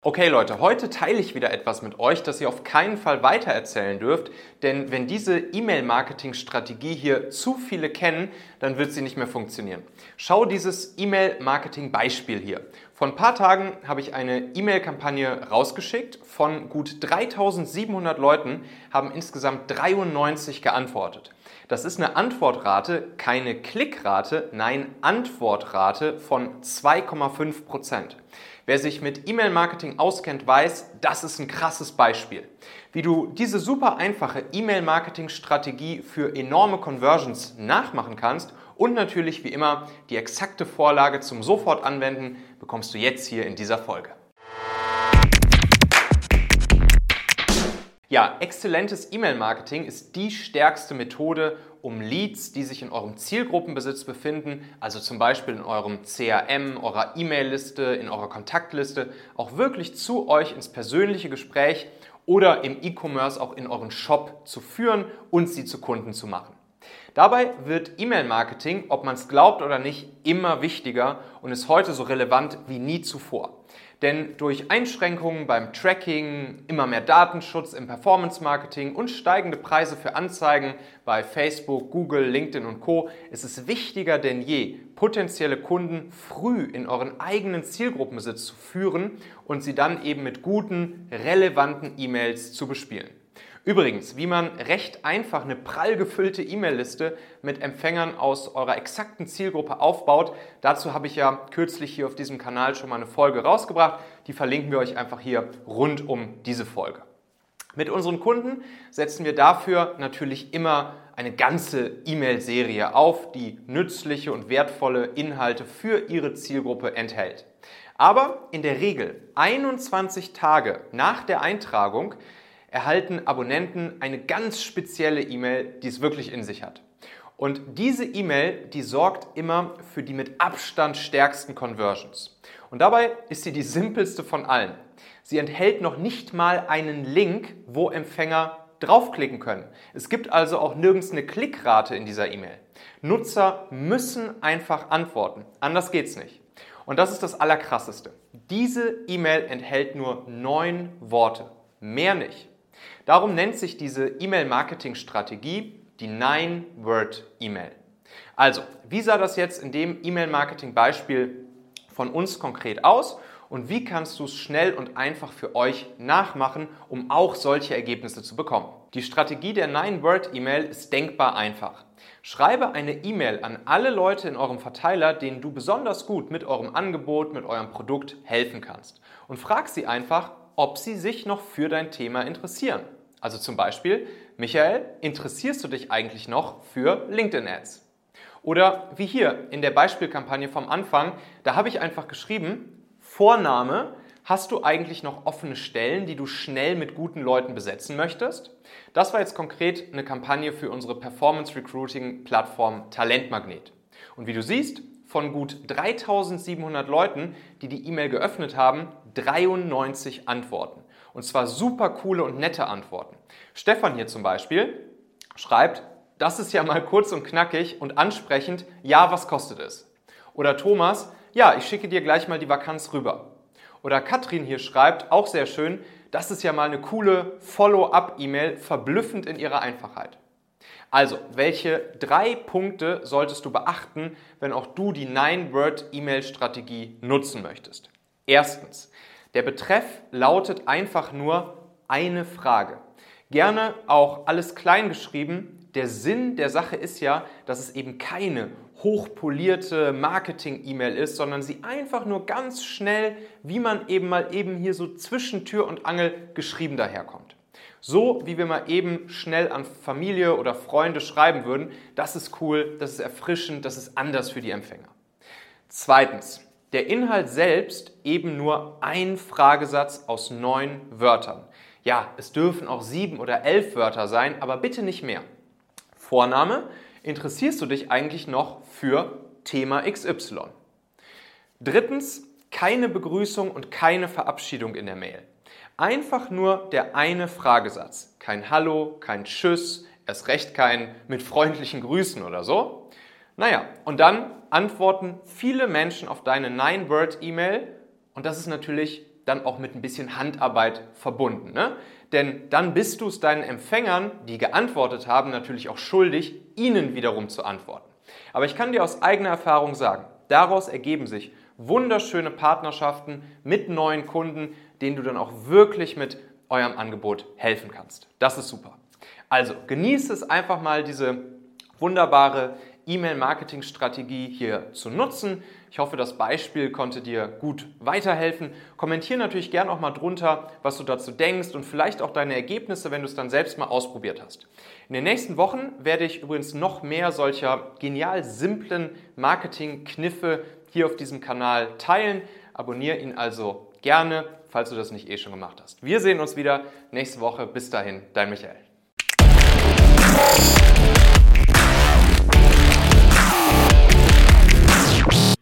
Okay Leute, heute teile ich wieder etwas mit euch, das ihr auf keinen Fall weitererzählen dürft, denn wenn diese E-Mail-Marketing-Strategie hier zu viele kennen, dann wird sie nicht mehr funktionieren. Schau dieses E-Mail-Marketing-Beispiel hier. Vor ein paar Tagen habe ich eine E-Mail-Kampagne rausgeschickt. Von gut 3700 Leuten haben insgesamt 93 geantwortet. Das ist eine Antwortrate, keine Klickrate, nein, Antwortrate von 2,5%. Wer sich mit E-Mail-Marketing auskennt, weiß, das ist ein krasses Beispiel. Wie du diese super einfache E-Mail-Marketing-Strategie für enorme Conversions nachmachen kannst und natürlich wie immer die exakte Vorlage zum Sofortanwenden bekommst du jetzt hier in dieser Folge. Ja, exzellentes E-Mail-Marketing ist die stärkste Methode, um Leads, die sich in eurem Zielgruppenbesitz befinden, also zum Beispiel in eurem CRM, eurer E-Mail-Liste, in eurer Kontaktliste, auch wirklich zu euch ins persönliche Gespräch oder im E-Commerce auch in euren Shop zu führen und sie zu Kunden zu machen. Dabei wird E-Mail-Marketing, ob man es glaubt oder nicht, immer wichtiger und ist heute so relevant wie nie zuvor. Denn durch Einschränkungen beim Tracking, immer mehr Datenschutz im Performance-Marketing und steigende Preise für Anzeigen bei Facebook, Google, LinkedIn und Co. ist es wichtiger denn je, potenzielle Kunden früh in euren eigenen Zielgruppenbesitz zu führen und sie dann eben mit guten, relevanten E-Mails zu bespielen. Übrigens, wie man recht einfach eine prall gefüllte E-Mail-Liste mit Empfängern aus eurer exakten Zielgruppe aufbaut, dazu habe ich ja kürzlich hier auf diesem Kanal schon mal eine Folge rausgebracht. Die verlinken wir euch einfach hier rund um diese Folge. Mit unseren Kunden setzen wir dafür natürlich immer eine ganze E-Mail-Serie auf, die nützliche und wertvolle Inhalte für ihre Zielgruppe enthält. Aber in der Regel 21 Tage nach der Eintragung erhalten Abonnenten eine ganz spezielle E-Mail, die es wirklich in sich hat. Und diese E-Mail, die sorgt immer für die mit Abstand stärksten Conversions. Und dabei ist sie die simpelste von allen. Sie enthält noch nicht mal einen Link, wo Empfänger draufklicken können. Es gibt also auch nirgends eine Klickrate in dieser E-Mail. Nutzer müssen einfach antworten, anders geht's nicht. Und das ist das Allerkrasseste. Diese E-Mail enthält nur 9 Worte, mehr nicht. Darum nennt sich diese E-Mail-Marketing-Strategie die 9-Word-E-Mail. Also, wie sah das jetzt in dem E-Mail-Marketing-Beispiel von uns konkret aus und wie kannst du es schnell und einfach für euch nachmachen, um auch solche Ergebnisse zu bekommen? Die Strategie der 9-Word-E-Mail ist denkbar einfach. Schreibe eine E-Mail an alle Leute in eurem Verteiler, denen du besonders gut mit eurem Angebot, mit eurem Produkt helfen kannst. Und frag sie einfach, ob sie sich noch für dein Thema interessieren. Also zum Beispiel, Michael, interessierst du dich eigentlich noch für LinkedIn-Ads? Oder wie hier in der Beispielkampagne vom Anfang, da habe ich einfach geschrieben, Vorname, hast du eigentlich noch offene Stellen, die du schnell mit guten Leuten besetzen möchtest? Das war jetzt konkret eine Kampagne für unsere Performance-Recruiting-Plattform Talentmagnet. Und wie du siehst, von gut 3700 Leuten, die die E-Mail geöffnet haben, 93 Antworten. Und zwar super coole und nette Antworten. Stefan hier zum Beispiel schreibt, das ist ja mal kurz und knackig und ansprechend, ja, was kostet es? Oder Thomas, ja, ich schicke dir gleich mal die Vakanz rüber. Oder Katrin hier schreibt, auch sehr schön, das ist ja mal eine coole Follow-up-E-Mail, verblüffend in ihrer Einfachheit. Also, welche 3 Punkte solltest du beachten, wenn auch du die 9-Word-E-Mail-Strategie nutzen möchtest? Erstens, der Betreff lautet einfach nur eine Frage. Gerne auch alles klein geschrieben. Der Sinn der Sache ist ja, dass es eben keine hochpolierte Marketing-E-Mail ist, sondern sie einfach nur ganz schnell, wie man eben hier so zwischen Tür und Angel geschrieben daherkommt. So, wie wir mal eben schnell an Familie oder Freunde schreiben würden, das ist cool, das ist erfrischend, das ist anders für die Empfänger. Zweitens, der Inhalt selbst eben nur ein Fragesatz aus 9 Wörtern. Ja, es dürfen auch 7 oder 11 Wörter sein, aber bitte nicht mehr. Vorname, interessierst du dich eigentlich noch für Thema XY? Drittens, keine Begrüßung und keine Verabschiedung in der Mail. Einfach nur der eine Fragesatz. Kein Hallo, kein Tschüss, erst recht kein mit freundlichen Grüßen oder so. Naja, und dann antworten viele Menschen auf deine 9-Word-E-Mail und das ist natürlich dann auch mit ein bisschen Handarbeit verbunden, ne? Denn dann bist du es deinen Empfängern, die geantwortet haben, natürlich auch schuldig, ihnen wiederum zu antworten. Aber ich kann dir aus eigener Erfahrung sagen, daraus ergeben sich wunderschöne Partnerschaften mit neuen Kunden, denen du dann auch wirklich mit eurem Angebot helfen kannst. Das ist super. Also genieße es einfach mal, diese wunderbare E-Mail-Marketing-Strategie hier zu nutzen. Ich hoffe, das Beispiel konnte dir gut weiterhelfen. Kommentiere natürlich gerne auch mal drunter, was du dazu denkst und vielleicht auch deine Ergebnisse, wenn du es dann selbst mal ausprobiert hast. In den nächsten Wochen werde ich übrigens noch mehr solcher genial simplen Marketing-Kniffe hier auf diesem Kanal teilen. Abonniere ihn also gerne, falls du das nicht eh schon gemacht hast. Wir sehen uns wieder nächste Woche. Bis dahin, dein Michael.